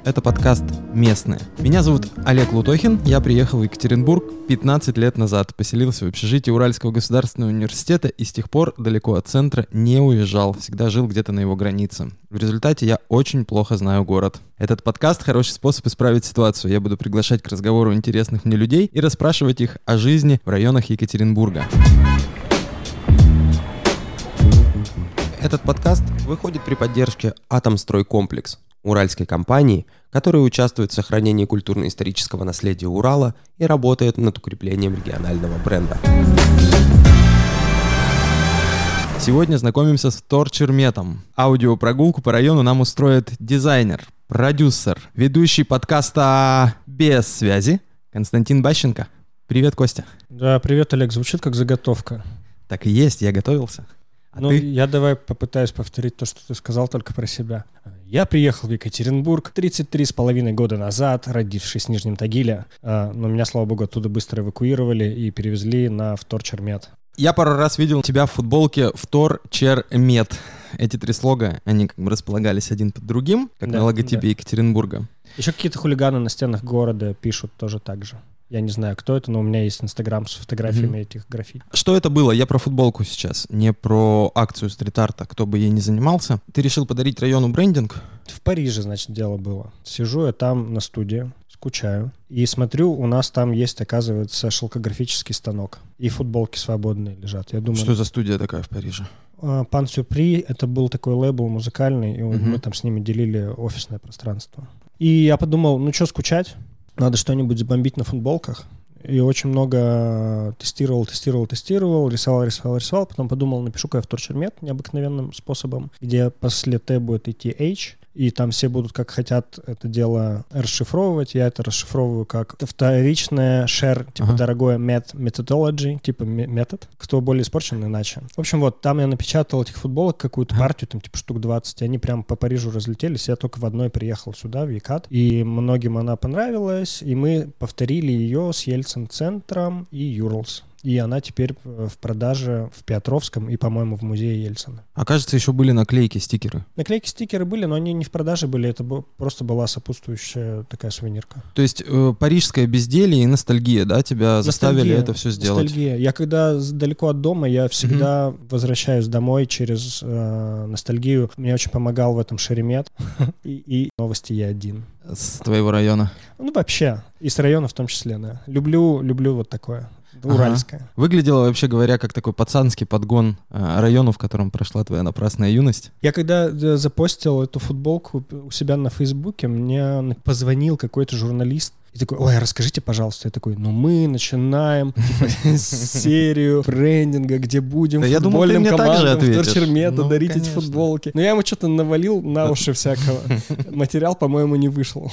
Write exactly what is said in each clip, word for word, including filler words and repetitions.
Это подкаст «Местные». Меня зовут Олег Лутохин, я приехал в Екатеринбург пятнадцать лет назад, поселился в общежитии Уральского государственного университета и с тех пор далеко от центра не уезжал, всегда жил где-то на его границе. В результате я очень плохо знаю город. Этот подкаст — хороший способ исправить ситуацию. Я буду приглашать к разговору интересных мне людей и расспрашивать их о жизни в районах Екатеринбурга. Этот подкаст выходит при поддержке «Атомстройкомплекс», уральской компании, которая участвует в сохранении культурно-исторического наследия Урала и работает над укреплением регионального бренда. Сегодня знакомимся с вторчерметом. Аудиопрогулку по району нам устроит дизайнер, продюсер, ведущий подкаста «Без связи» Константин Бащенко. Привет, Костя. Да, привет, Олег. Звучит как заготовка. Так и есть, я готовился. А ну, ты? Я давай попытаюсь повторить то, что ты сказал, только про себя. Я приехал в Екатеринбург тридцать три с половиной года назад, родившись в Нижнем Тагиле. Но меня, слава богу, оттуда быстро эвакуировали и перевезли на вторчермет. Я пару раз видел тебя в футболке «Вторчермет». Эти три слога, они как бы располагались один под другим, как да, на логотипе да. Екатеринбурга. Еще какие-то хулиганы на стенах города пишут тоже так же. Я не знаю, кто это, но у меня есть Инстаграм с фотографиями mm-hmm. этих граффити. Что это было? Я про футболку сейчас, не про акцию стрит-арта, кто бы ей ни занимался. Ты решил подарить району брендинг? В Париже, значит, дело было. Сижу я там на студии, скучаю. И смотрю, у нас там есть, оказывается, шелкографический станок. И футболки свободные лежат. Я думаю, что за студия такая в Париже? Пан Сюрпри, это был такой лейбл музыкальный, и mm-hmm. мы там с ними делили офисное пространство. И я подумал, ну что скучать? Надо что-нибудь забомбить на футболках. И очень много тестировал, тестировал, тестировал, рисовал, рисовал, рисовал. Потом подумал, напишу-ка я вторчермет необыкновенным способом, где после Т будет идти H, и там все будут как хотят это дело расшифровывать. Я это расшифровываю как вторичное share, типа ага. дорогое met, methodology, типа метод. Кто более испорчен, иначе. В общем, вот, там я напечатал этих футболок, какую-то ага. партию, там типа штук двадцать. И они прям по Парижу разлетелись. Я только в одной приехал сюда, в Екат. И многим она понравилась. И мы повторили ее с Ельцин-центром и Юрлс. И она теперь в продаже в Петровском и, по-моему, в музее Ельцина. А кажется, еще были наклейки, стикеры. Наклейки, стикеры были, но они не в продаже были. Это просто была сопутствующая такая сувенирка. То есть э, парижское безделье и ностальгия, да, тебя ностальгия, заставили это все сделать? Ностальгия. Я когда далеко от дома, я всегда mm-hmm. возвращаюсь домой через э, ностальгию. Мне очень помогал в этом Шеремет и, и новости Е один. С твоего района? Ну, вообще. И с района в том числе, да. Люблю, люблю вот такое. Уральская. Ага. Выглядело, вообще говоря, как такой пацанский подгон э, району, в котором прошла твоя напрасная юность. Я когда запостил эту футболку у себя на Фейсбуке, мне позвонил какой-то журналист и такой: ой, расскажите, пожалуйста. Я такой: ну мы начинаем серию брендинга, где будем футбольным командам вторчермета дарить эти футболки. Но я ему что-то навалил на уши всякого. Материал, по-моему, не вышел.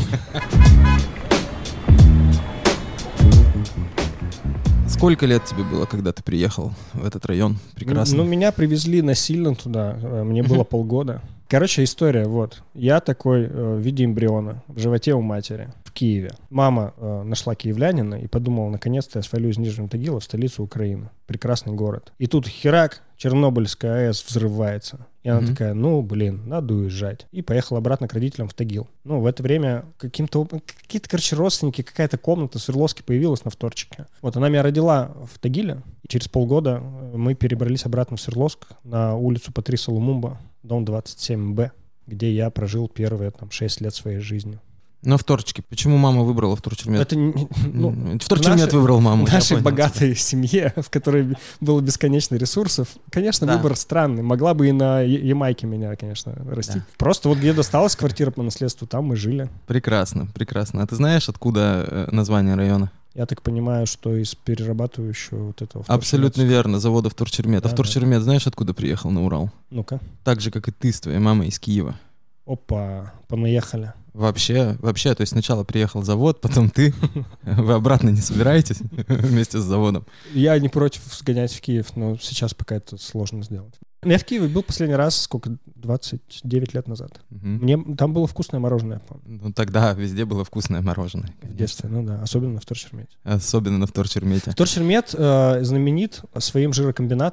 Сколько лет тебе было, когда ты приехал в этот район прекрасный? Ну, меня привезли насильно туда, мне было полгода. Короче, история, вот. Я такой э, в виде эмбриона в животе у матери в Киеве. Мама э, нашла киевлянина и подумала, наконец-то я свалю из Нижнего Тагила в столицу Украины. Прекрасный город. И тут херак, Чернобыльская АЭС взрывается. И она mm-hmm. такая: ну, блин, надо уезжать. И поехала обратно к родителям в Тагил. Ну, в это время каким-то, какие-то, короче, родственники, какая-то комната в Свердловске появилась на вторчике. Вот она меня родила в Тагиле. И через полгода мы перебрались обратно в Свердловск на улицу Патриса Лумумба, дом двадцать семь Б, где я прожил первые там шесть лет своей жизни. На вторчике. Почему мама выбрала вторчермет? Это, ну, вторчермет наши, выбрал маму. В нашей богатой семье, в которой было бесконечно ресурсов, конечно, да. выбор странный. Могла бы и на Ямайке меня, конечно, растить. Да. Просто вот где досталась квартира по наследству, там мы жили. Прекрасно, прекрасно. А ты знаешь, откуда название района? Я так понимаю, что из перерабатывающего вот этого... Абсолютно верно, завода вторчермет. Да, а вторчермет, да. знаешь, откуда приехал на Урал? Ну-ка. Так же, как и ты с твоей мамой из Киева. Опа, понаехали. Вообще, вообще, то есть сначала приехал завод, потом ты. Вы обратно не собираетесь вместе с заводом? Я не против сгонять в Киев, но сейчас пока это сложно сделать. Я в Киеве был последний раз, сколько, двадцать девять лет назад. Угу. Мне там было вкусное мороженое, помню. Ну тогда везде было вкусное мороженое. Конечно. В детстве, ну да, особенно на вторчермете. Особенно на вторчермете. Вторчермет э, знаменит своим жирокомбинатом.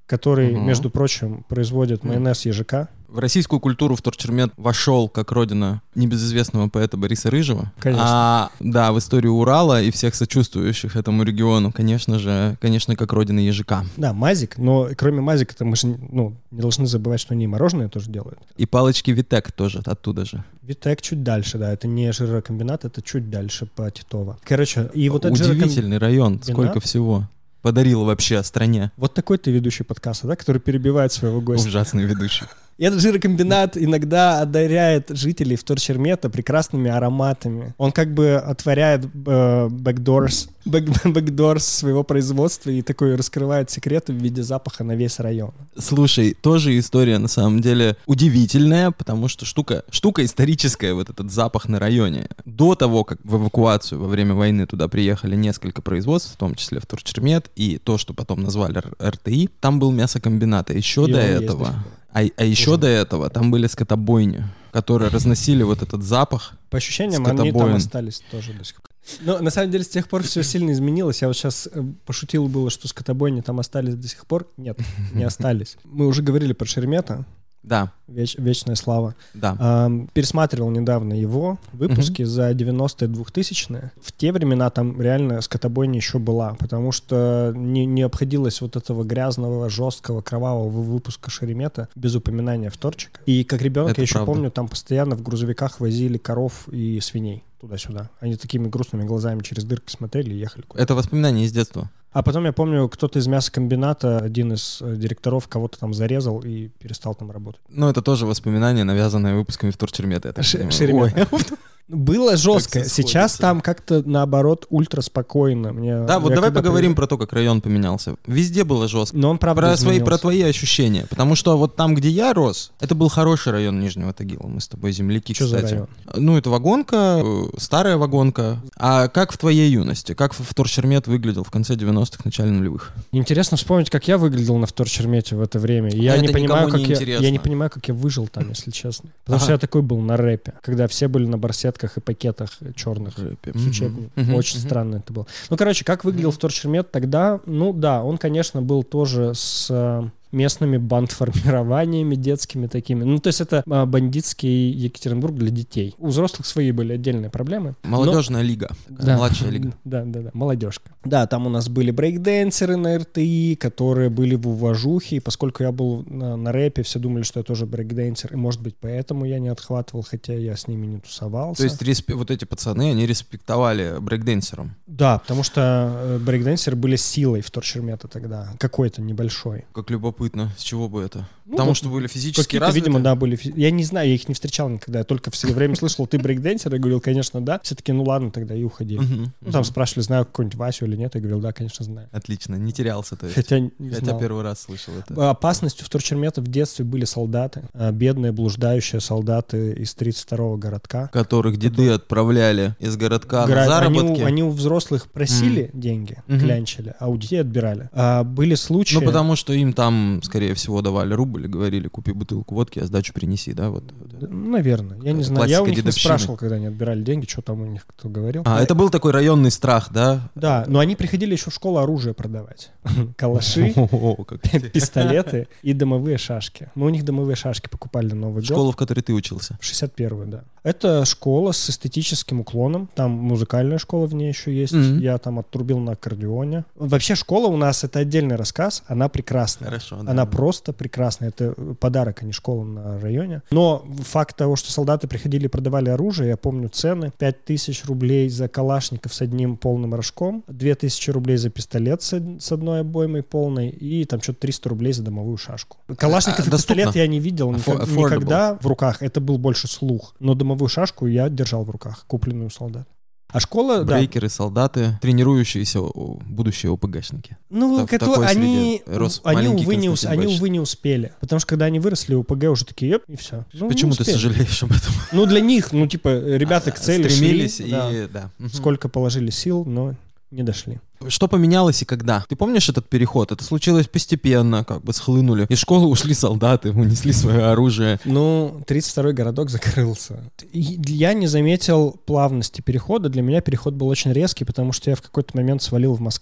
который, Угу. между прочим, производит майонез ежика. В российскую культуру Вторчермет вошел как родина небезызвестного поэта Бориса Рыжего. Конечно. А, да, в историю Урала и всех сочувствующих этому региону, конечно же, конечно, как родина ежика. Да, Мазик, но кроме Мазика-то мы же ну, не должны забывать, что они и мороженое тоже делают. И палочки Витек тоже оттуда же. Витек чуть дальше, да, это не жирокомбинат, это чуть дальше по Титово. Короче, и вот этот Удивительный жирокомбинат... район, сколько всего подарил вообще стране. Вот такой ты ведущий подкаста, да, который перебивает своего гостя. Ужасный ведущий. И этот жирокомбинат иногда одаряет жителей Вторчермета прекрасными ароматами. Он как бы отворяет э, backdoors, back, backdoors своего производства и такой раскрывает секреты в виде запаха на весь район. Слушай, тоже история на самом деле удивительная, потому что штука, штука историческая, вот этот запах на районе. До того, как в эвакуацию во время войны туда приехали несколько производств, в том числе Вторчермет, и то, что потом назвали эр тэ и, там был мясокомбинат. А еще И до он есть этого... до сих пор. А, а еще Ужас. до этого там были скотобойни, которые разносили вот этот запах. По ощущениям, они Скотобоин. там остались тоже до сих пор. Но на самом деле с тех пор все сильно изменилось. Я вот сейчас э, пошутил было, что скотобойни там остались до сих пор. Нет, не остались. Мы уже говорили про Шеремета. Да, Веч, вечная слава. да. А, пересматривал недавно его выпуски Мгм. за девяностые, двухтысячные. В те времена там реально скотобойня еще была, потому что не, не обходилось вот этого грязного, жесткого, кровавого выпуска Шеремета без упоминания вторчика. И как ребенок Это я еще правда. помню, там постоянно в грузовиках возили коров и свиней туда-сюда. Они такими грустными глазами через дырки смотрели и ехали куда-то. Это воспоминания из детства. А потом я помню, кто-то из мясокомбината, один из э, директоров кого-то там зарезал и перестал там работать. Ну, это тоже воспоминания, навязанные выпусками Вторчермета. я так Ш- понимаю. Шеремета. Ой. Было жестко. всё Сейчас сходится. там как-то наоборот ультра спокойно. Мне, Да, вот я давай когда поговорим приезжал- про то, как район поменялся. Везде было жестко. Но он правда Про свои, изменился. про твои ощущения. Потому что вот там, где я рос, это был хороший район Нижнего Тагила. Мы с тобой земляки, Что за кстати. район? Ну, это вагонка, э, старая вагонка. А как в твоей юности? Как Вторчермет выглядел в конце девяностых, начале нулевых? Интересно вспомнить, как я выглядел на Вторчермете в это время. И Я Это не понимаю, никому как не я, интересно. я не понимаю, как я выжил там, если честно. Потому Ага. что я такой был на рэпе, когда все были на барсетках и пакетах черных. Рэпе. С Мгм. учебником. Мгм. Очень Мгм. странно это было. Ну, короче, как выглядел Вторчермет тогда? Ну, да, он, конечно, был тоже с э, местными бандформированиями детскими такими. Ну, то есть это а, бандитский Екатеринбург для детей. У взрослых свои были отдельные проблемы. но- Молодежная лига. Такая, Да. Младшая лига. Да, да, да, молодежка. Да, там у нас были брейкденсеры на эр тэ и, которые были в уважухе, и поскольку я был на, на рэпе, все думали, что я тоже брейкденсер, и, может быть, поэтому я не отхватывал, хотя я с ними не тусовался. То есть респе- вот эти пацаны, они респектовали брейкденсерам. Да, потому что э, брейкденсеры были силой Вторчермета тогда, какой-то небольшой. Как любопытно. С чего бы это? Ну, Потому вот что были физически Какие-то, развиты? видимо, да, были... фи- Я не знаю, я их не встречал никогда, я только все время слышал, ты брейкденсер, я говорил, конечно, да. Все таки ну ладно, тогда и уходили. Мгм, Ну, там мгм. спрашивали, знаю какого-нибудь Васю или нет, я говорил, да, конечно, знаю. Отлично, не терялся, то есть. Хотя не Хотя знал. первый раз слышал это. Опасностью Вторчермета в детстве были солдаты, а, бедные блуждающие солдаты из тридцать второго городка. Которых деды отправляли из городка Гра- на они, заработки. у, они у взрослых просили деньги, Мгм. клянчили, а у детей отбирали. А, были случаи... Ну, потому что им там, скорее всего, давали рубль и говорили, купи бутылку водки, а сдачу принеси, да? Вот. Да, Наверное, я не Какая-то знаю. Я у классика них не дедовщины. спрашивал, когда они отбирали деньги, что там у них кто говорил. А, это был такой районный страх, да? Да, но они приходили еще в школу оружие продавать. Калаши, О, как интересно. пистолеты и домовые шашки. Мы у них домовые шашки покупали на Новый год. Школа, в которой ты учился. В шестьдесят первую, да. Это школа с эстетическим уклоном. Там музыкальная школа в ней еще есть. Мгм. Я там отрубил на аккордеоне. Вообще школа у нас — это отдельный рассказ. Она прекрасная. Хорошо, да. Она просто прекрасная. Это подарок, а не школа на районе. Но факт того, что солдаты приходили и продавали оружие, я помню цены. пять тысяч рублей за калашников с одним полным рожком, две тысячи рублей за пистолет с, од- с одной обоймой полной и там что-то триста рублей за домовую шашку. Калашников А, и пистолет доступно? я не видел Affo- никак- affordable. никогда в руках. Это был больше слух. Но домовую шашку я держал в руках, купленную у солдат. А школа, да. Брейкеры, солдаты, тренирующиеся о, будущие ОПГшники. Ну, в это- такой они, среде рос они, маленький увы, не, ус- Константин они, Борисович. увы, не успели. Потому что когда они выросли, ОПГ уже такие, еп, и все. Ну, Почему не ты успели. сожалеешь об этом? Ну, для них, ну, типа, ребята к цели Стремились шли, и... да. да. Мгм. Сколько положили сил, но не дошли. Что поменялось и когда? Ты помнишь этот переход? Это случилось постепенно, как бы схлынули. Из школы ушли солдаты, унесли свое оружие. Ну, тридцать второй городок закрылся. И я не заметил плавности перехода. Для меня переход был очень резкий, потому что я в какой-то момент свалил в Москву.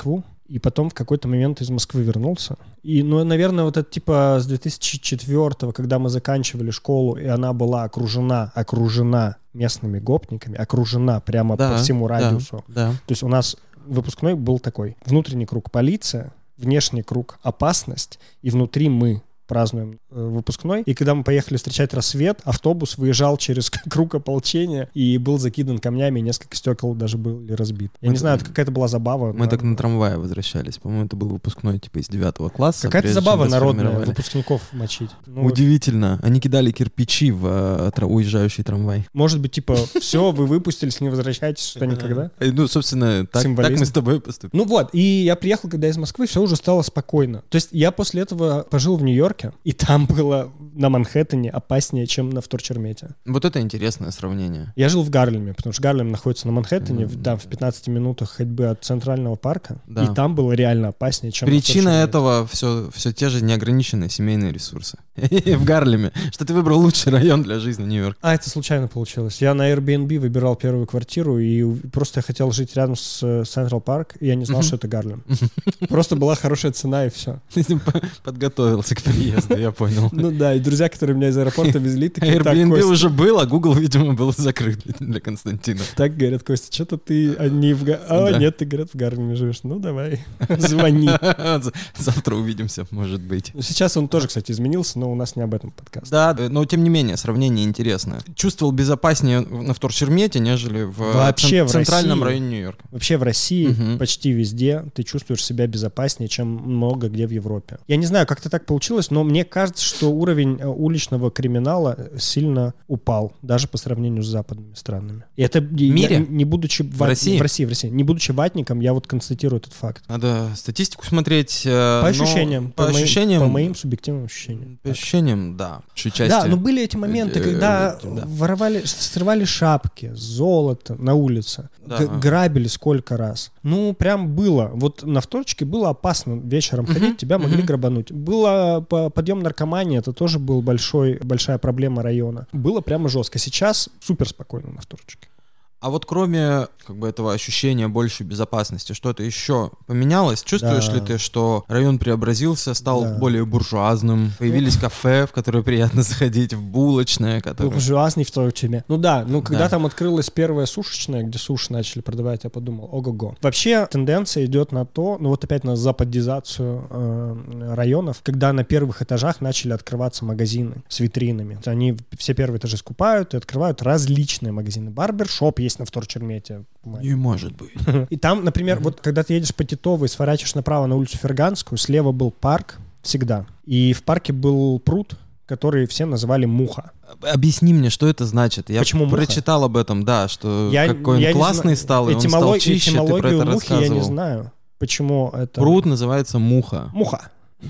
И потом в какой-то момент из Москвы вернулся. И, ну, наверное, вот это типа с две тысячи четвёртого, когда мы заканчивали школу, и она была окружена, окружена местными гопниками, окружена прямо да, по всему радиусу. Да, да. То есть у нас выпускной был такой: внутренний круг полиция, внешний круг опасность, и внутри мы празднуем э, выпускной. И когда мы поехали встречать рассвет, автобус выезжал через круг ополчения и был закидан камнями, и несколько стекол даже были разбиты. Я мы не знаю, это какая-то была забава. Мы да. так на трамвае возвращались. По-моему, это был выпускной типа из девятого класса. Какая-то забава народная, выпускников мочить. Ну, удивительно. Вот. Они кидали кирпичи в э, тра- уезжающий трамвай. Может быть, типа, все, вы выпустились, не возвращайтесь сюда никогда? Ну, собственно, так, так мы с тобой поступили. Ну вот, и я приехал, когда из Москвы, все уже стало спокойно. То есть я после этого пожил в Нью-Йорке, и там было на Манхэттене опаснее, чем на Вторчермете. Вот это интересное сравнение. Я жил в Гарлеме, потому что Гарлем находится на Манхэттене, mm-hmm. там в пятнадцати минутах ходьбы от Центрального парка, да. И там было реально опаснее, чем Причина на этого все, все те же неограниченные семейные ресурсы. В Гарлеме. Что ты выбрал лучший район для жизни в Нью-Йорке. А, это случайно получилось. Я на Airbnb выбирал первую квартиру, и просто я хотел жить рядом с Централ Парк, и я не знал, что это Гарлем. Просто была хорошая цена, и все. Ты подготовился к переезду, я понял. Ну да, и друзья, которые меня из аэропорта везли, такие: Airbnb уже был, а Google, видимо, был закрыт для Константина. Так говорят: Костя, что-то ты не в Гарлеме. А, да. Нет, ты, говорят, в Гарлеме живешь. Ну, давай, звони. Завтра увидимся, может быть. Сейчас он тоже, кстати, изменился, но у нас не об этом подкаст. Да, но тем не менее, сравнение интересное. Чувствовал безопаснее на Вторчермете, нежели в Вообще цен- в центральном России, районе Нью-Йорка. Вообще в России угу. почти везде ты чувствуешь себя безопаснее, чем много где в Европе. Я не знаю, как-то так получилось, но мне кажется, что уровень уличного криминала сильно упал, даже по сравнению с западными странами. И это в мире? Я, не будучи в, ват... России? в России, в России, не будучи ватником, я вот констатирую этот факт. Надо статистику смотреть. По ощущениям, по, по, ощущениям, моим, по моим субъективным ощущениям. По ощущениям, да. Части... Да, но были эти моменты, когда да. воровали, срывали шапки, золото на улице, да. г- грабили сколько раз. Ну, прям было. Вот на вторчике было опасно вечером uh-huh. ходить, тебя могли uh-huh. грабануть. Было подъем наркомании, это тоже был большой, большая проблема района. Было прямо жестко. Сейчас супер спокойно на вторчике. А вот кроме как бы этого ощущения большей безопасности, что-то еще поменялось? Чувствуешь да. ли ты, что район преобразился, стал да. более буржуазным? Появились кафе, в которые приятно заходить, в булочные, которые... Буржуазный в той теме. Ну да, ну когда да. там открылась первая сушечная, где суши начали продавать, я подумал: ого-го. Вообще тенденция идет на то, ну вот опять на западизацию э, районов, когда на первых этажах начали открываться магазины с витринами. Они все первые этажи скупают и открывают различные магазины. Барбершоп есть на Вторчермете. Не может быть. И там, например, mm-hmm. вот когда ты едешь по Титовой, сворачиваешь направо на улицу Ферганскую, слева был парк всегда. И в парке был пруд, который все называли Муха. Объясни мне, что это значит. Я Почему прочитал муха? об этом, да, что я, какой он я классный зна... стал, и Этимолог... он стал чище, ты про это мухи рассказывал. Я не знаю, почему это... Пруд называется Муха. Муха.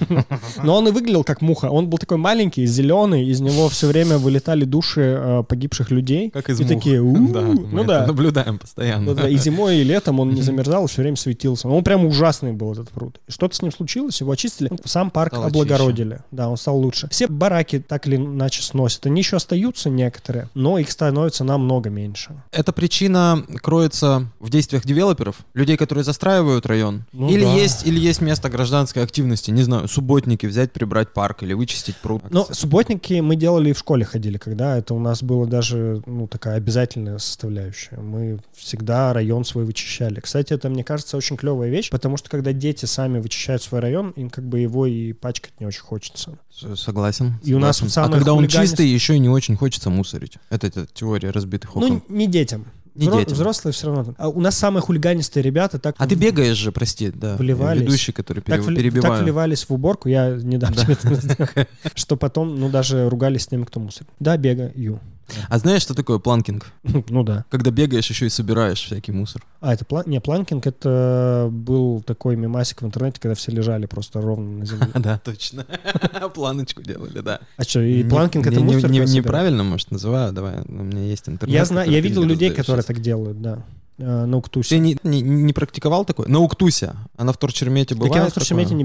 Но он и выглядел как муха. Он был такой маленький, зеленый, из него все время вылетали души э, погибших людей. Как из и мух. такие, да, ну да. наблюдаем постоянно. Ну, да, и зимой, и летом он не замерзал, все время светился. Но он прям ужасный был, этот пруд. И что-то с ним случилось, его очистили. Сам парк Стало облагородили. чище. Да, он стал лучше. Все бараки так или иначе сносят. Они еще остаются некоторые, но их становится намного меньше. Эта причина кроется в действиях девелоперов, людей, которые застраивают район. Ну, или, да. есть, или есть место гражданской активности, не знаю, субботники взять, прибрать парк или вычистить пруд. Но субботники мы делали и в школе ходили, когда это у нас было даже, ну, такая обязательная составляющая. Мы всегда район свой вычищали. Кстати, это, мне кажется, очень клевая вещь, потому что когда дети сами вычищают свой район, им как бы его и пачкать не очень хочется. Согласен. И у нас вот а когда хулиганис... он чистый, еще и не очень хочется мусорить. Это, это теория разбитых окон. Ну, не детям. Не Взро- детям. Взрослые все равно. А у нас самые хулиганистые ребята так... А ты бегаешь же, прости, да. Вливались. Ведущий, который пере- так, перебиваю. Так вливались в уборку, я не дам тебе это сделать, что потом, ну, даже ругались с теми, кто мусорит. Да, бегаю. А знаешь, что такое планкинг? Ну да. Когда бегаешь, еще и собираешь всякий мусор. А, это план... Не, планкинг — это был такой мемасик в интернете, когда все лежали просто ровно на земле. Да, точно. Планочку делали, да. А что, и планкинг — это мусор? Неправильно, может, называю, давай, у меня есть интернет. Я знаю, я видел людей, которые так делают, да. На Уктусе. Ты не, не, не практиковал такое? На Уктусе. А на Вторчермете бывает Так я на Вторчермете такое? не бегаю.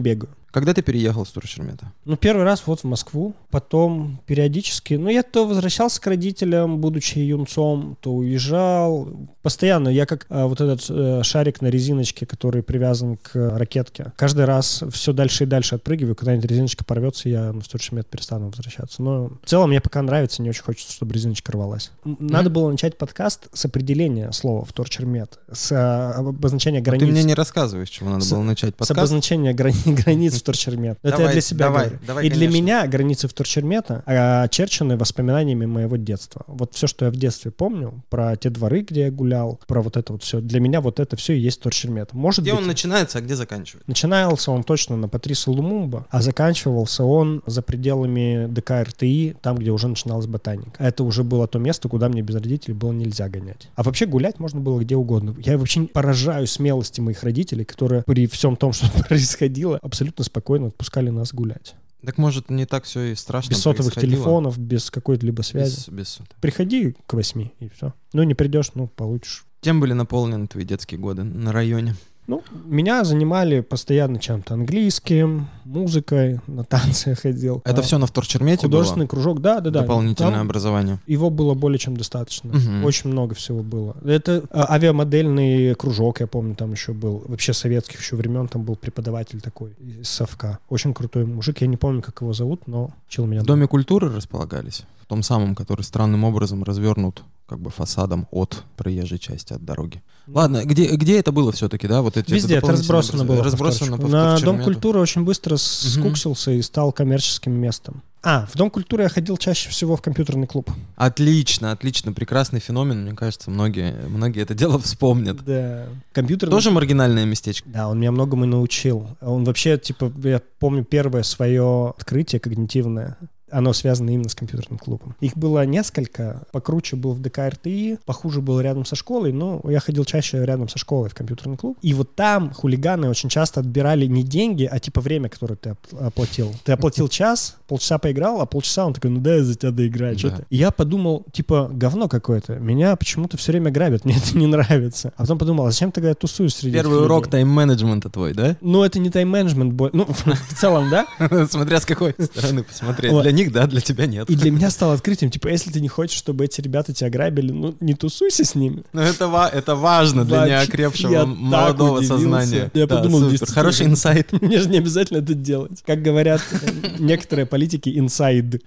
Когда ты переехал с Туршермета? Ну, первый раз вот в Москву, потом периодически. Ну, я то возвращался к родителям, будучи юнцом, то уезжал. Постоянно я как а, вот этот а, шарик на резиночке, который привязан к ракетке. Каждый раз все дальше и дальше отпрыгиваю. Когда-нибудь резиночка порвется, я в Туршермет перестану возвращаться. Но в целом мне пока нравится, не очень хочется, чтобы резиночка рвалась. Надо mm-hmm. было начать подкаст с определения слова в Туршермет, с а, обозначения границ. А ты мне не рассказывай, с чего надо с, было начать подкаст. С обозначения грани- границ в Туршермет. Это давай, я для себя давай, говорю. Давай, и конечно. для меня границы в Туршермета очерчены воспоминаниями моего детства. Вот все, что я в детстве помню, про те дворы, где я гулял, про вот это вот все. Для меня вот это все и есть Туршермет. Может где быть, он начинается, а где заканчивается? Начинался он точно на Патриса Лумумба, а заканчивался он за пределами ДК эр тэ и, там, где уже начиналась ботаника. Это уже было то место, куда мне без родителей было нельзя гонять. А вообще гулять можно было где угодно. Я вообще поражаю смелости моих родителей, которые при всем том, что происходило, абсолютно спокойно отпускали нас гулять. Так может не так все и страшно. Без сотовых телефонов, без какой-либо связи. Без, без сотовых. Приходи к восьми, и все. Ну, не придешь, ну, получишь. Чем были наполнены твои детские годы на районе? Ну, меня занимали постоянно чем-то английским, музыкой, на танцы я ходил. Это а, все на Вторчермете было? Художественный кружок, да, да, да. Дополнительное там образование. Его было более чем достаточно. Угу. Очень много всего было. Это а, авиамодельный кружок, я помню, там еще был. Вообще советских еще времен там был преподаватель такой из Совка. Очень крутой мужик. Я не помню, как его зовут, но учил меня. В Доме культуры располагались? В том самом, который странным образом развернут как бы фасадом от проезжей части, от дороги. Ладно, где, где это было все-таки, да? Вот эти Везде это разбросано было. Разбросано по На Дом культуры очень быстро скуксился угу. и стал коммерческим местом. А, в Дом культуры я ходил чаще всего в компьютерный клуб. Отлично, отлично, прекрасный феномен. Мне кажется, многие, многие это дело вспомнят. Да. Компьютерный... Тоже маргинальное местечко. Да, он меня многому научил. Он вообще, типа, я помню первое свое открытие когнитивное. Оно связано именно с компьютерным клубом. Их было несколько. Покруче был в ДК эр тэ и, похуже был рядом со школой, но я ходил чаще рядом со школой в компьютерный клуб. И вот там хулиганы очень часто отбирали не деньги, а типа время, которое ты оплатил. Ты оплатил час, полчаса поиграл, а полчаса он такой, ну дай я за тебя доиграю, что ты. И я подумал, типа, говно какое-то. Меня почему-то все время грабят, мне это не нравится. А потом подумал, а зачем тогда я тусуюсь среди Первый этих урок людей? тайм-менеджмента твой, да? Ну, это не тайм-менеджмент, ну, в целом, да? Смотря с какой стороны посмотреть. Для них, да, для тебя нет. И для меня стало открытием, типа, если ты не хочешь, чтобы эти ребята тебя грабили, ну, не тусуйся с ними. Ну, это, ва- это важно для неокрепшего молодого сознания. Я да, подумал, супер. Хороший инсайт. Мне же не обязательно это делать. Как говорят некоторые политики, инсайд.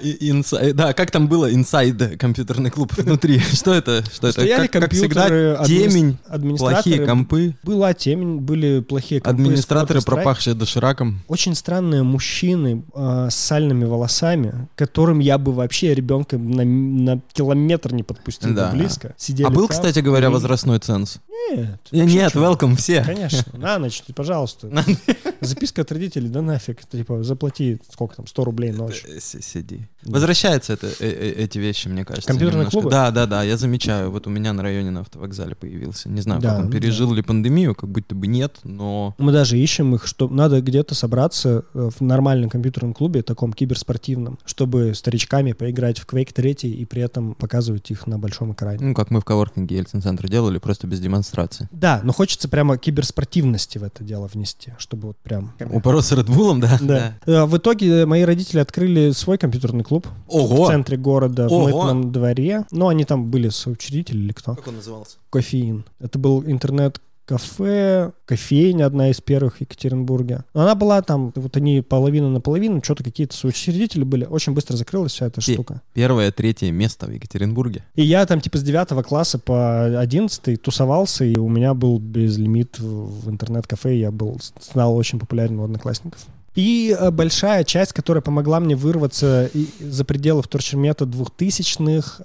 Да, как там было инсайд компьютерный клуб внутри? Что это? Что это? Стояли компьютеры, темень, плохие компы. Была темень, были плохие компы. Администраторы, пропахшие дошираком. Очень странные мужчины с сальными волосами, которым я бы вообще ребенка на, на километр не подпустил да. близко. Сидели а был, там, кстати говоря, и... возрастной ценз? Нет. Нет, welcome все. Конечно. На ночь, пожалуйста. Записка от родителей, да нафиг. Типа, заплати, сколько там, сто рублей ночь. Сиди. Возвращаются это, эти вещи, мне кажется. Компьютерные клубы? Да, да, да, я замечаю. Вот у меня на районе на автовокзале появился. Не знаю, как он пережил ли пандемию, как будто бы нет, но... Мы даже ищем их, что надо где-то собраться в нормальном компьютерном клубе, таком киберспортивном, чтобы старичками поиграть в Quake три и при этом показывать их на большом экране. Ну, как мы в коворкинге Ельцин-центре делали, просто без демонстрации. Да, но хочется прямо киберспортивности в это дело внести, чтобы вот прям... Упороться Редбулом, да? Да. да. В итоге мои родители открыли свой компьютерный клуб. Ого! В центре города, Ого! В Мытном дворе. Ну, они там были соучредители или кто? Как он назывался? Кофеин. Это был интернет кафе, кофейня, одна из первых в Екатеринбурге. Но она была там, вот они половину на половину, что-то какие-то соучредители были. Очень быстро закрылась вся эта Пе- штука. Первое, третье место в Екатеринбурге. И я там типа с девятого класса по одиннадцатый тусовался, и у меня был безлимит в интернет-кафе, я был, стал очень популярен у одноклассников. И большая часть, которая помогла мне вырваться за пределы Вторчермета двухтысячных,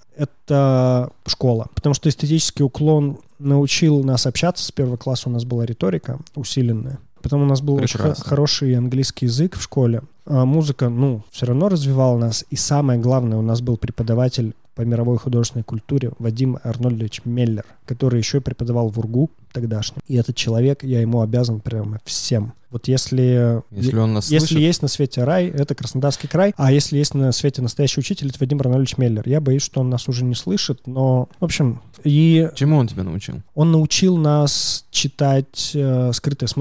это школа. Потому что эстетический уклон научил нас общаться. С первого класса у нас была риторика усиленная. Потом у нас был Прекрасно. очень хороший английский язык в школе. А музыка, ну, все равно развивала нас. И самое главное, у нас был преподаватель по мировой художественной культуре Вадим Арнольдович Меллер, который еще и преподавал в УрГУ тогдашнем. И этот человек, я ему обязан прямо всем. Вот если, если, он нас если слышит. есть на свете рай, это Краснодарский край, а если есть на свете настоящий учитель, это Вадим Арнольдович Меллер. Я боюсь, что он нас уже не слышит, но, в общем, и... Чему он тебя научил? Он научил нас читать э, скрытые смыслы.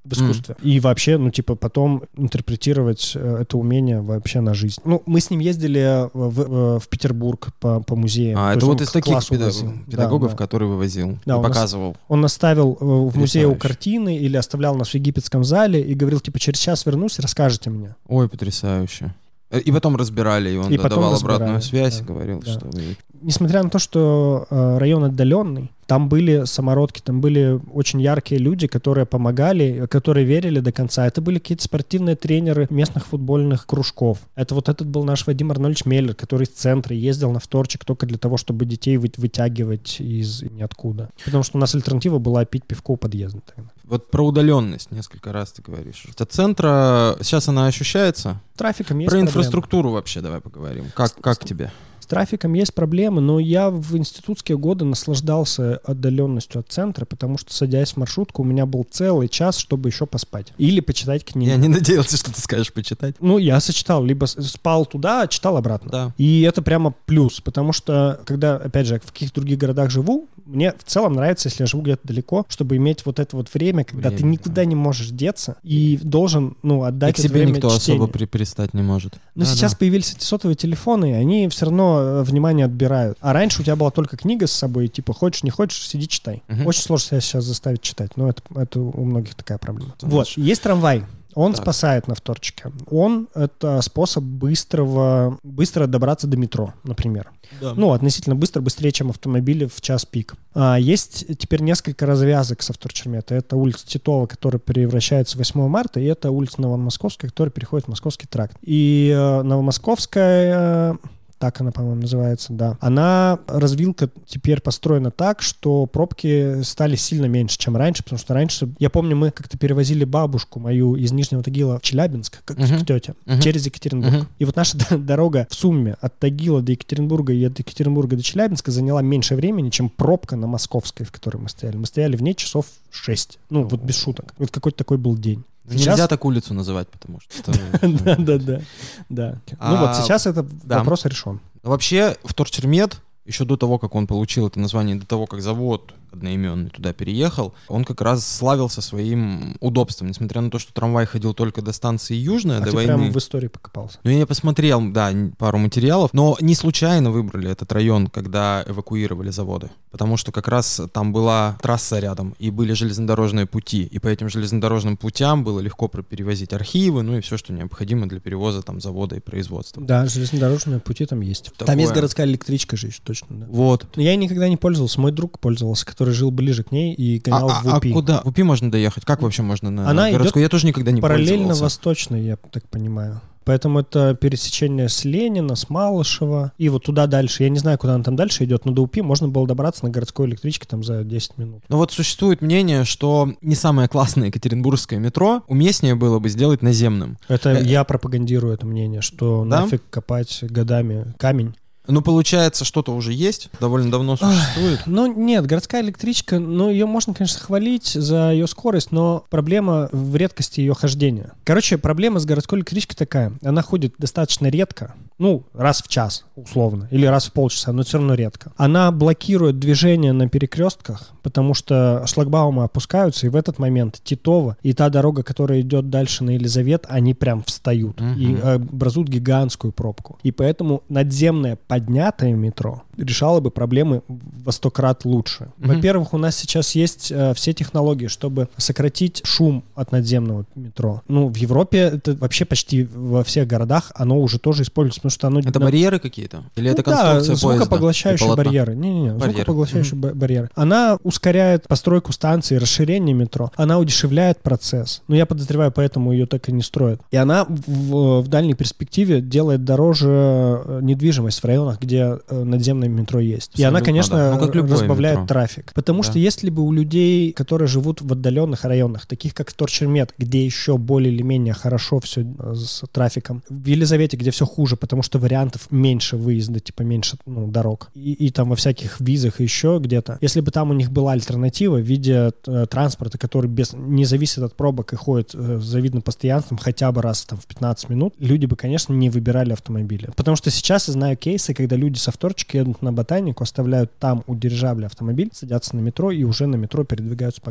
в искусстве. Mm. И вообще, ну, типа, потом интерпретировать это умение вообще на жизнь. Ну, мы с ним ездили в, в, в Петербург по, по музеям. А, то это вот из таких педагог, педагогов, да, да. которые вывозил да, и он показывал. Нас, он наставил в музее у картины или оставлял нас в египетском зале и говорил, типа, через час вернусь, расскажете мне. Ой, потрясающе. И потом разбирали, и он и давал обратную связь, да, и говорил, да. что вы... Несмотря на то, что э, район отдаленный, там были самородки, там были очень яркие люди, которые помогали, которые верили до конца. Это были какие-то спортивные тренеры местных футбольных кружков. Это вот этот был наш Вадим Арнольевич Меллер, который из центра ездил на вторчик только для того, чтобы детей вы, вытягивать из ниоткуда. Потому что у нас альтернатива была пить пивко у подъезда тогда. Вот про удаленность несколько раз ты говоришь. От центра сейчас она ощущается? С трафиком есть Про проблемы. Инфраструктуру вообще давай поговорим. Как, как тебе? С трафиком есть проблемы, но я в институтские годы наслаждался отдаленностью от центра, потому что, садясь в маршрутку, у меня был целый час, чтобы еще поспать. Или почитать книгу. Я не надеялся, что ты скажешь почитать. Ну, я сочетал, либо спал туда, читал обратно. Да. И это прямо плюс, потому что, когда, опять же, в каких-то других городах живу, мне в целом нравится, если я живу где-то далеко, чтобы иметь вот это вот время, когда время, ты никуда да. не можешь деться и должен, ну, отдать и к это время никто чтению. особо при- пристать не может. Но да, сейчас да. появились эти сотовые телефоны, и они все равно внимание отбирают. А раньше у тебя была только книга с собой, типа, хочешь, не хочешь, сиди, читай. Uh-huh. Очень сложно себя сейчас заставить читать, но это, это у многих такая проблема. Это вот, наш... есть трамвай. Он так. спасает на вторчике. Он — это способ быстрого, быстро добраться до метро, например. Да. Ну, относительно быстро, быстрее, чем автомобили в час пик. А, есть теперь несколько развязок со вторчермета. Это улица Титова, которая превращается в восьмое марта, и это улица Новомосковская, которая переходит в Московский тракт. И э, Новомосковская... так она, по-моему, называется, да. Она, развилка теперь построена так, что пробки стали сильно меньше, чем раньше, потому что раньше, я помню, мы как-то перевозили бабушку мою из Нижнего Тагила в Челябинск, как uh-huh. к тете, uh-huh. через Екатеринбург. Uh-huh. И вот наша дорога в сумме от Тагила до Екатеринбурга и от Екатеринбурга до Челябинска заняла меньше времени, чем пробка на Московской, в которой мы стояли. Мы стояли в ней часов шесть. Ну, вот без шуток. Вот какой-то такой был день. Сейчас... Нельзя так улицу называть, потому что... Да, да, да. да. Ну вот сейчас этот вопрос решен. Вообще, вторчермет, еще до того, как он получил это название, до того, как завод одноименный туда переехал, он как раз славился своим удобством, несмотря на то, что трамвай ходил только до станции Южная, а до ты войны. Прямо в истории покопался. Ну, я посмотрел, да, пару материалов, но не случайно выбрали этот район, когда эвакуировали заводы, потому что как раз там была трасса рядом, и были железнодорожные пути, и по этим железнодорожным путям было легко перевозить архивы, ну и все, что необходимо для перевоза там завода и производства. Да, железнодорожные пути там есть. Такое... Там есть городская электричка же, точно, да. Вот. Но я никогда не пользовался, мой друг пользовался, который жил ближе к ней и гонял а, в УПИ. А куда? В УПИ можно доехать? Как вообще можно на Она городскую? Я тоже никогда не параллельно пользовался. Параллельно восточной, я так понимаю. Поэтому это пересечение с Ленина, с Малышева и вот туда дальше. Я не знаю, куда она там дальше идет, но до УПИ можно было добраться на городской электричке там за десять минут. Ну вот существует мнение, что не самое классное екатеринбургское метро уместнее было бы сделать наземным. Это э- я пропагандирую это мнение, что да? нафиг копать годами камень. Ну, получается, что-то уже есть, довольно давно существует. Ах, ну, нет, городская электричка, ну, ее можно, конечно, хвалить за ее скорость, но проблема в редкости ее хождения. Короче, проблема с городской электричкой такая. Она ходит достаточно редко, ну, раз в час, условно, или раз в полчаса, но все равно редко. Она блокирует движение на перекрестках, потому что шлагбаумы опускаются, и в этот момент Титова и та дорога, которая идет дальше на Елизавет, они прям встают uh-huh. и образуют гигантскую пробку. И поэтому надземная поднятое метро решало бы проблемы во сто крат лучше. Mm-hmm. Во-первых, у нас сейчас есть э, все технологии, чтобы сократить шум от надземного метро. Ну, в Европе это вообще почти во всех городах оно уже тоже используется, потому что оно... Это на... барьеры какие-то? Или ну, это конструкция да, звукопоглощающие барьеры. Не-не-не, барьеры. звукопоглощающие mm-hmm. барьеры. Она ускоряет постройку станции, расширение метро. Она удешевляет процесс. Но я подозреваю, поэтому ее так и не строят. И она в, в дальней перспективе делает дороже недвижимость в районе, где э, надземное метро есть. Абсолютно, и она, конечно, да. ну, разбавляет метро. Трафик. Потому да. что если бы у людей, которые живут в отдаленных районах, таких как Вторчермет, где еще более или менее хорошо все с трафиком, в Елизавете, где все хуже, потому что вариантов меньше выезда, типа меньше ну, дорог, и, и там во всяких визах еще где-то, если бы там у них была альтернатива в виде э, транспорта, который без, не зависит от пробок и ходит э, с завидным постоянством хотя бы раз там, в пятнадцать минут, люди бы, конечно, не выбирали автомобили. Потому что сейчас я знаю кейсы, когда люди со вторчика едут на Ботанику, оставляют там у дирижабля автомобиль, садятся на метро и уже на метро передвигаются по городу.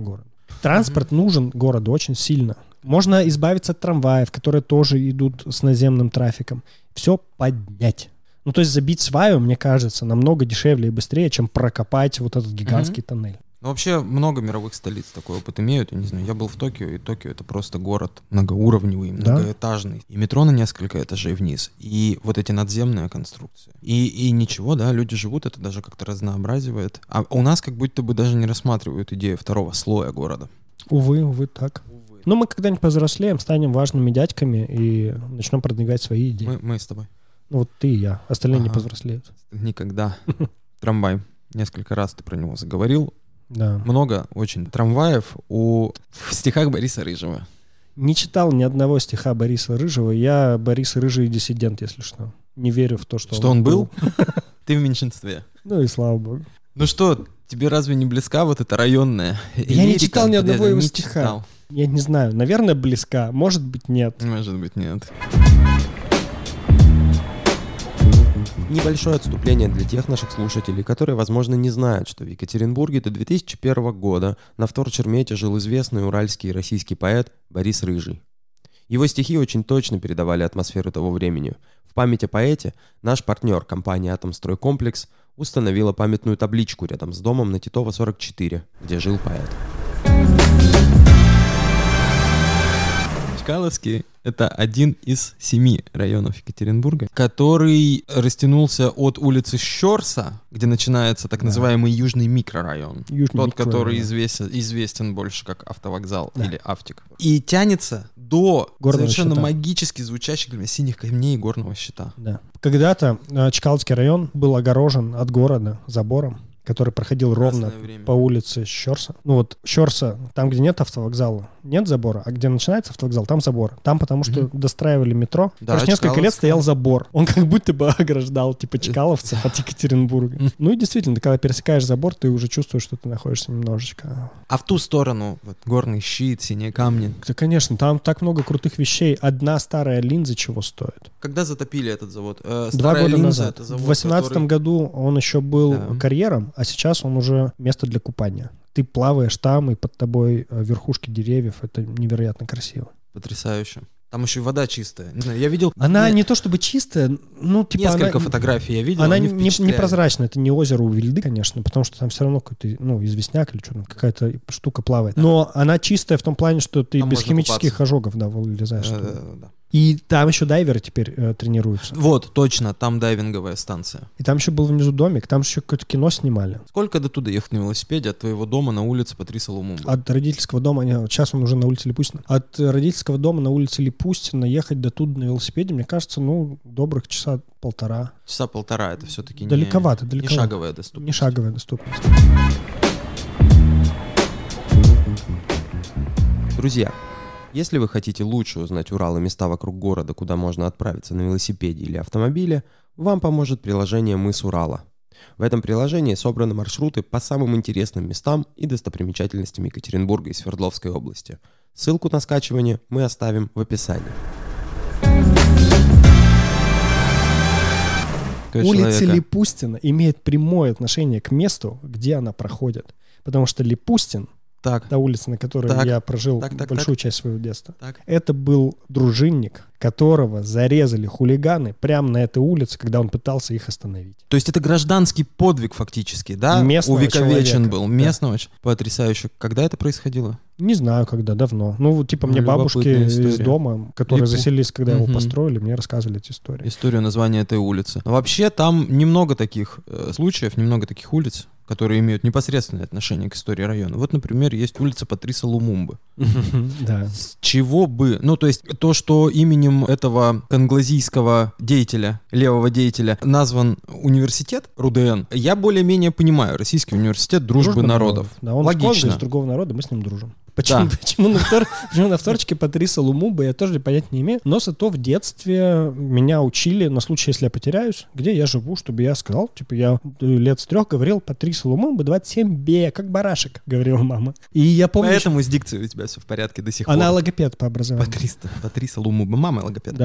Транспорт mm-hmm. нужен городу очень сильно. Можно избавиться от трамваев, которые тоже идут с наземным трафиком. Все поднять. Ну, то есть забить сваю, мне кажется, намного дешевле и быстрее, чем прокопать вот этот гигантский mm-hmm. тоннель. Ну, вообще, много мировых столиц такой опыт имеют. Я не знаю, я был в Токио, и Токио — это просто город многоуровневый, многоэтажный. Да? И метро на несколько этажей вниз. И вот эти надземные конструкции. И, и ничего, да, люди живут, это даже как-то разнообразивает. А у нас как будто бы даже не рассматривают идею второго слоя города. Увы, увы, так. Увы. Но мы когда-нибудь повзрослеем, станем важными дядьками и начнем продвигать свои идеи. Мы, мы с тобой. Ну, вот ты и я. Остальные ага. не повзрослеют. Никогда. Трамвай. Несколько раз ты про него заговорил. Да. Много очень трамваев у... в стихах Бориса Рыжего. Не читал ни одного стиха Бориса Рыжего. Я Борис Рыжий диссидент, если что. Не верю в то, что, что он, он был. Ты в меньшинстве. Ну и слава богу. Ну что, тебе разве не близка вот эта районная лирика? Я не читал ни одного его не стиха. Читал. Я не знаю. Наверное, близка. Может быть, нет. Может быть, нет. Небольшое отступление для тех наших слушателей, которые, возможно, не знают, что в Екатеринбурге до две тысячи первого года на вторчермете жил известный уральский и российский поэт Борис Рыжий. Его стихи очень точно передавали атмосферу того времени. В память о поэте наш партнер, компания «Атомстройкомплекс», установила памятную табличку рядом с домом на Титова сорок четыре, где жил поэт. Чкаловский — это один из семи районов Екатеринбурга, который растянулся от улицы Щорса, где начинается так да. называемый Южный микрорайон. Южный тот, микрорайон. который известен, известен больше как автовокзал да. или автик. И тянется до горного совершенно щита. Магически звучащих синих камней горного щита. Да. Когда-то Чкаловский район был огорожен от города забором, который проходил ровно по улице Щорса. Ну вот Щорса, там, где нет автовокзала, нет забора, а где начинается автовокзал, там забор. Там потому что mm-hmm. достраивали метро. Да, короче, несколько лет стоял забор. Он как будто бы ограждал типа чкаловцев от Екатеринбурга. Ну и действительно, ты когда пересекаешь забор, ты уже чувствуешь, что ты находишься немножечко... А в ту сторону, вот, горный щит, синие камни. Да, конечно, там так много крутых вещей. Одна старая линза чего стоит? Когда затопили этот завод? Э, Два года линза, назад. Это завод, в восемнадцатом который... году он еще был да. карьером, а сейчас он уже место для купания. Ты плаваешь там, и под тобой верхушки деревьев. Это невероятно красиво. Потрясающе. Там еще и вода чистая. Не знаю, я видел... Она не, не то чтобы чистая, ну типа Несколько она, фотографий я видел, она они не, непрозрачная. Это не озеро у Вильды, конечно, потому что там все равно какой-то, ну, известняк или что-то, какая-то штука плавает. Да. Но она чистая в том плане, что ты там без химических купаться. ожогов, да, вылезаешь. Да, да, да. И там еще дайверы теперь э, тренируются. Вот, точно, там дайвинговая станция. И там еще был внизу домик, там еще какое-то кино снимали. Сколько до туда ехать на велосипеде от твоего дома на улице Патриса Лумумбы? От родительского дома, нет, сейчас он уже на улице Липустина. От родительского дома на улице Липустина ехать до туда на велосипеде, мне кажется, ну, добрых часа полтора. Часа полтора, это все-таки далековато, не, далековато. не шаговая доступность. Не шаговая доступность. Друзья, если вы хотите лучше узнать Урал и места вокруг города, куда можно отправиться на велосипеде или автомобиле, вам поможет приложение «Мыс Урала». В этом приложении собраны маршруты по самым интересным местам и достопримечательностям Екатеринбурга и Свердловской области. Ссылку на скачивание мы оставим в описании. Улица человека. Липустина имеет прямое отношение к месту, где она проходит. Потому что Липустин, так. та улица, на которой так. я прожил так, так, большую так. часть своего детства, так. это был дружинник, которого зарезали хулиганы прямо на этой улице, когда он пытался их остановить. То есть это гражданский подвиг фактически, да? Местного Увековечен человека. был. Местного. Да. Потрясающе. Когда это происходило? Не знаю, когда, давно. Ну, вот типа Ну, мне бабушки из дома, которые Липу. заселились, когда Угу. его построили, мне рассказывали эти истории. Историю названия этой улицы. Но вообще там немного таких э, случаев, немного таких улиц, которые имеют непосредственное отношение к истории района. Вот, например, есть улица Патриса Лумумбы. Да. С чего бы... Ну, то есть то, что именем этого конглазийского деятеля, левого деятеля, назван университет РУДН, я более-менее понимаю. Российский университет дружбы, дружбы народов. народов. Да, он логично. Из другого народа, мы с ним дружим. Почему, да. почему, на втор... почему на вторчике Патриса Лумумба, я тоже понять не имею. Но зато в детстве меня учили на случай, если я потеряюсь, где я живу, чтобы я сказал, типа я лет с трех говорил Патриса Лумумба двадцать семь бэ, как барашек, говорила мама. И я помню... Поэтому с дикцией у тебя все в порядке до сих Она пор. логопед по образованию. Патриса, Патриса Лумумба, мама логопед. Да.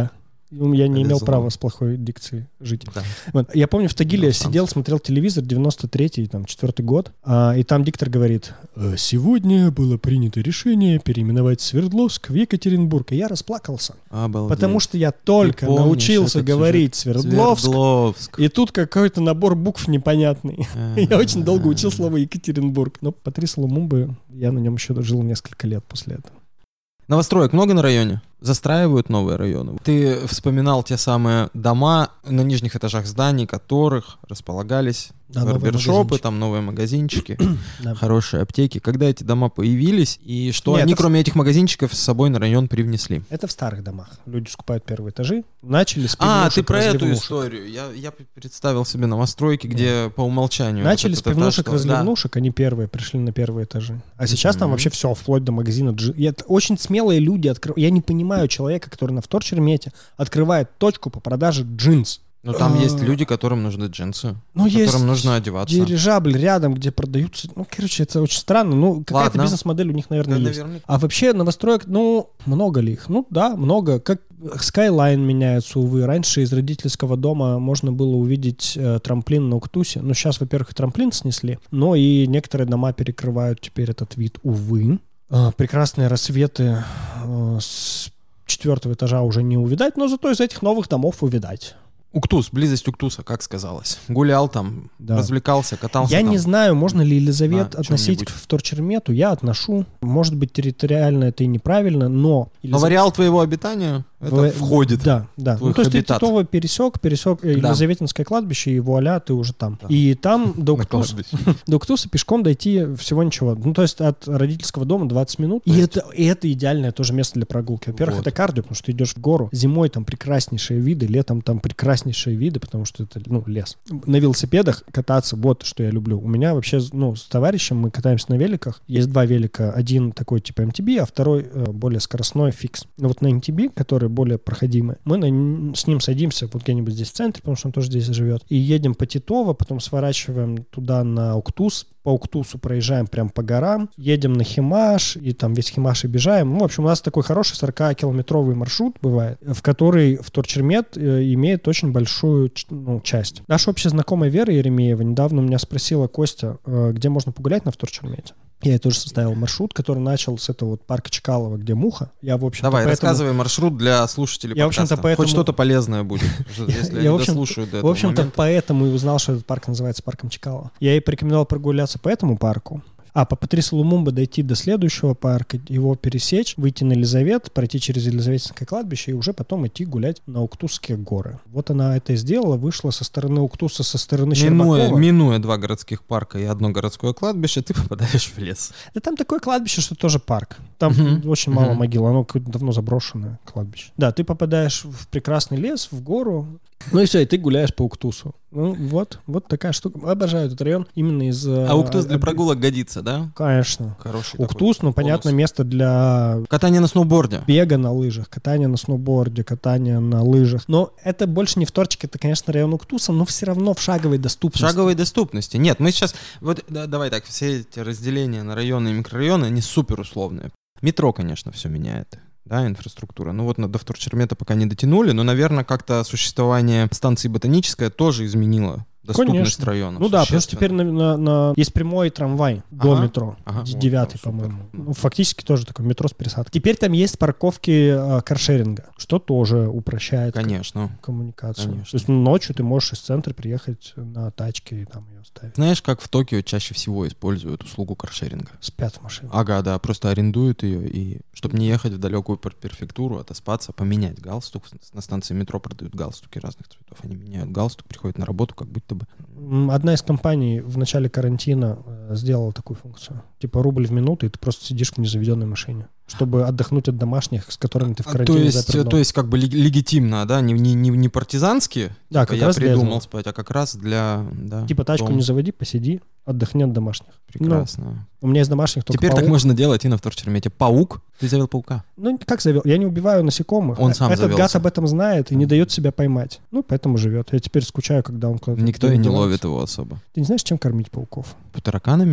Я не имел Повезло. права с плохой дикцией жить. Да. Вот. Я помню, в Тагиле Да, я сидел, смотрел телевизор, девяносто третий, там, четвертый год, а, и там диктор говорит: «Э, сегодня было принято решение переименовать Свердловск в Екатеринбург. И я расплакался, Обалдеть. потому что я только помнишь научился этот говорить Свердловск, Свердловск. и тут какой-то набор букв непонятный. Я очень долго учил А. слово Екатеринбург. Но Патрис Лумумбы, я на нем еще жил несколько лет после этого. Новостроек много на районе? Застраивают новые районы. Ты вспоминал те самые дома на нижних этажах зданий, которых располагались Да, новые барбершопы, магазинчики. там новые магазинчики, Да. хорошие аптеки. Когда эти дома появились, и что Нет, они, это в- кроме этих магазинчиков, с собой на район привнесли? Это в старых домах. Люди скупают первые этажи, начали с А, пивнушек, ты про эту разливнушек. историю. Я, я представил себе новостройки, где по умолчанию... Начали вот с этот этаж, пивнушек, что- разливнушек, они первые пришли на первые этажи. А сейчас там Мгм. вообще все, вплоть до магазина. джи- И это очень смелые люди открывают. Я не понимаю человека, который на вторчермете открывает точку по продаже джинс. Ну, там А. есть люди, которым нужны джинсы, Ну, которым есть нужно одеваться. дирижабль рядом, где продаются... Ну, короче, это очень странно. Ну, какая-то Ладно. бизнес-модель у них, наверное, Да, есть. наверняка. А вообще новостроек, ну, много ли их? Ну, да, много. Как Skyline меняется, увы. Раньше из родительского дома можно было увидеть э, трамплин на Уктусе. Ну, сейчас, во-первых, и трамплин снесли, но и некоторые дома перекрывают теперь этот вид, увы. Э, прекрасные рассветы э, с четвертого этажа уже не увидать, но зато из этих новых домов увидать. Уктус, близость Уктуса, как сказалось. Гулял там, Да. развлекался, катался Я там. не знаю, можно ли Елизавет На относить чем-нибудь. к вторчермету. Я отношу. Может быть, территориально это и неправильно, но... Но в ареал твоего обитания это В- входит. Да, да. Твой Ну, то есть ты хабитат. Титово пересек, пересек э, Да. Елизаветинское кладбище, и вуаля, ты уже там. Да. И там до На Уктуса, кладбище. до Уктуса пешком дойти всего ничего. Ну, то есть от родительского дома двадцать минут. И это, и это идеальное тоже место для прогулки. Во-первых, Вот. это кардио, потому что ты идешь в гору. Зимой там прекраснейшие виды, летом там прекраснейшие виды, потому что это, ну, лес. На велосипедах кататься, вот что я люблю. У меня вообще, ну, с товарищем мы катаемся на великах. Есть два велика. Один такой типа эм ти би, а второй э, более скоростной, фикс. Но вот на эм ти би, который более проходимый, мы на н- с ним садимся вот где-нибудь здесь в центре, потому что он тоже здесь живет. И едем по Титово, потом сворачиваем туда на Уктус, по Уктусу проезжаем прям по горам, едем на Химаш, и там весь Химаш и бежаем. Ну, в общем, у нас такой хороший сорокакилометровый маршрут бывает, в который вторчермет э, имеет очень большую ч- ну, часть. Наша общая знакомая Вера Еремеева недавно у меня спросила: Костя, э, где можно погулять на вторчермете? Я ей тоже составил маршрут, который начал с этого вот парка Чкалова, где Муха. Я, в общем-то, Давай, поэтому... рассказывай маршрут для слушателей Я, в общем-то, подкаста. поэтому- Хоть что-то полезное будет, если Я, они в общем- дослушают до В этого общем-то, момента. поэтому и узнал, что этот парк называется парком Чкалова. Я ей порекомендовал прогуляться по этому парку, а по Патрису Лумумбе дойти до следующего парка, его пересечь, выйти на Елизавет, пройти через Елизаветинское кладбище и уже потом идти гулять на Уктусские горы. Вот она это и сделала, вышла со стороны Уктуса, со стороны Минуя, Щербакова. минуя два городских парка и одно городское кладбище, ты попадаешь в лес. Да там такое кладбище, что тоже парк. Там Мгм. очень мало Мгм. могил, оно какое-то давно заброшенное кладбище. Да, ты попадаешь в прекрасный лес, в гору, ну и все, и ты гуляешь по Уктусу. Ну вот, вот такая штука. Обожаю этот район именно из... А Уктус для прогулок годится, да? Конечно. Хороший такой Уктус, ну, понятно, бонус. место для Катание на сноуборде. бега на лыжах, катания на сноуборде, катания на лыжах. Но это больше не вторчик, это, конечно, район Уктуса, но все равно в шаговой доступности. Шаговой доступности. Нет, мы сейчас... Вот да, давай так, все эти разделения на районы и микрорайоны, они супер условные. Метро, конечно, все меняет. Да, инфраструктура. Ну вот на- до вторчермета пока не дотянули, но, наверное, как-то существование станции Ботаническая тоже изменило доступность Конечно. района. Ну да, потому что существенно. теперь на, на- на- есть прямой трамвай до Ага. метро. Ага. Д- Вот, Девятый, прям супер. по-моему. Ну, фактически тоже такое метро с пересадкой. Теперь там есть парковки э, каршеринга, что тоже упрощает к- Конечно. коммуникацию. Конечно. То есть ну, ночью ты можешь из центра приехать на тачке и там ее оставить. Знаешь, как в Токио чаще всего используют услугу каршеринга? Спят в машине. Ага, да, просто арендуют ее, и чтобы не ехать в далекую пер- перфектуру, отоспаться, поменять галстук. На станции метро продают галстуки разных цветов. Они меняют галстук, приходят на работу, как будто бы... М, Одна из компаний в начале карантина э, сделала такую функцию. Типа рубль в минуту, и ты просто сидишь в незаведенной машине, чтобы отдохнуть от домашних, с которыми ты в А, карантине то есть, запер дома. то есть как бы лег- легитимно, да, не, не, не, не партизански, Да, типа как я раз для придумал этого. спать, а как раз для... Да, Типа тачку дома. не заводи, посиди, отдохни от домашних. Прекрасно. У меня из домашних только Теперь так паук. можно делать и на вторчермете. Паук? Ты завел паука? Ну, как завел? Я не убиваю насекомых. Он сам Этот завелся. гад об этом знает и не дает себя поймать. Ну, поэтому живет. Я теперь скучаю, когда он куда-то... Никто и не девается. ловит его особо. Ты не знаешь, чем кормить пауков? Тараканами?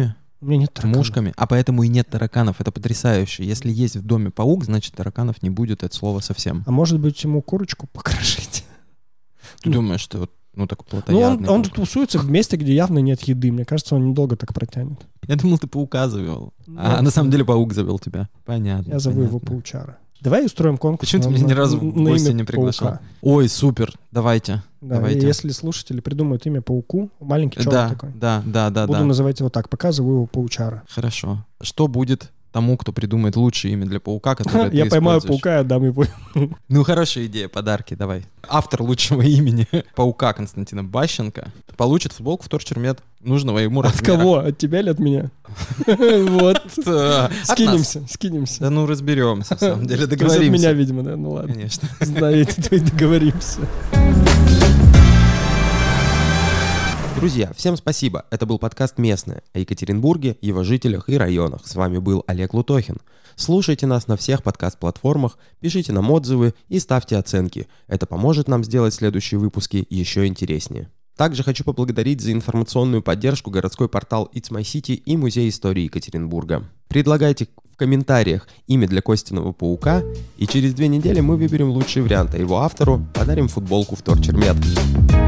У меня нет тараканов. Мушками, а поэтому и нет тараканов. Это потрясающе. Если есть в доме паук, значит тараканов не будет от слова совсем. А может быть, ему курочку покрошить? Ты думаешь, что вот, ну так Ну, плотоядный? он, он же тусуется в месте, где явно нет еды. Мне кажется, он недолго так протянет. Я думал, ты паука завел. Ну, А на самом деле паук завел тебя. Понятно. Я зову его понятно. Паучара. Давай устроим конкурс. Почему ты на- меня ни на- разу в на гости имя не приглашал? паука. Ой, супер. Давайте. Да, Давайте. и если слушатели придумают имя пауку, маленький человек Да, такой, да, да, да, буду да. называть его так, показываю его Паучара. Хорошо. Что будет тому, кто придумает лучшее имя для паука, которое ты Я поймаю используешь? паука и отдам его. Ну, хорошая идея, подарки, давай. Автор лучшего имени паука Константина Бащенко получит футболку Вторчермет нужного ему От размера. кого? От тебя или от меня? Вот. От нас. Скинемся, скинемся. Да ну разберемся, на самом деле, То есть от договоримся. меня, видимо, да? Ну ладно. Конечно. Знаете, то и договоримся. Друзья, всем спасибо. Это был подкаст «Местное» о Екатеринбурге, его жителях и районах. С вами был Олег Лутохин. Слушайте нас на всех подкаст-платформах, пишите нам отзывы и ставьте оценки. Это поможет нам сделать следующие выпуски еще интереснее. Также хочу поблагодарить за информационную поддержку городской портал It's My City и Музей истории Екатеринбурга. Предлагайте в комментариях имя для Костиного паука, и через две недели мы выберем лучший вариант, а его автору подарим футболку Вторчермет.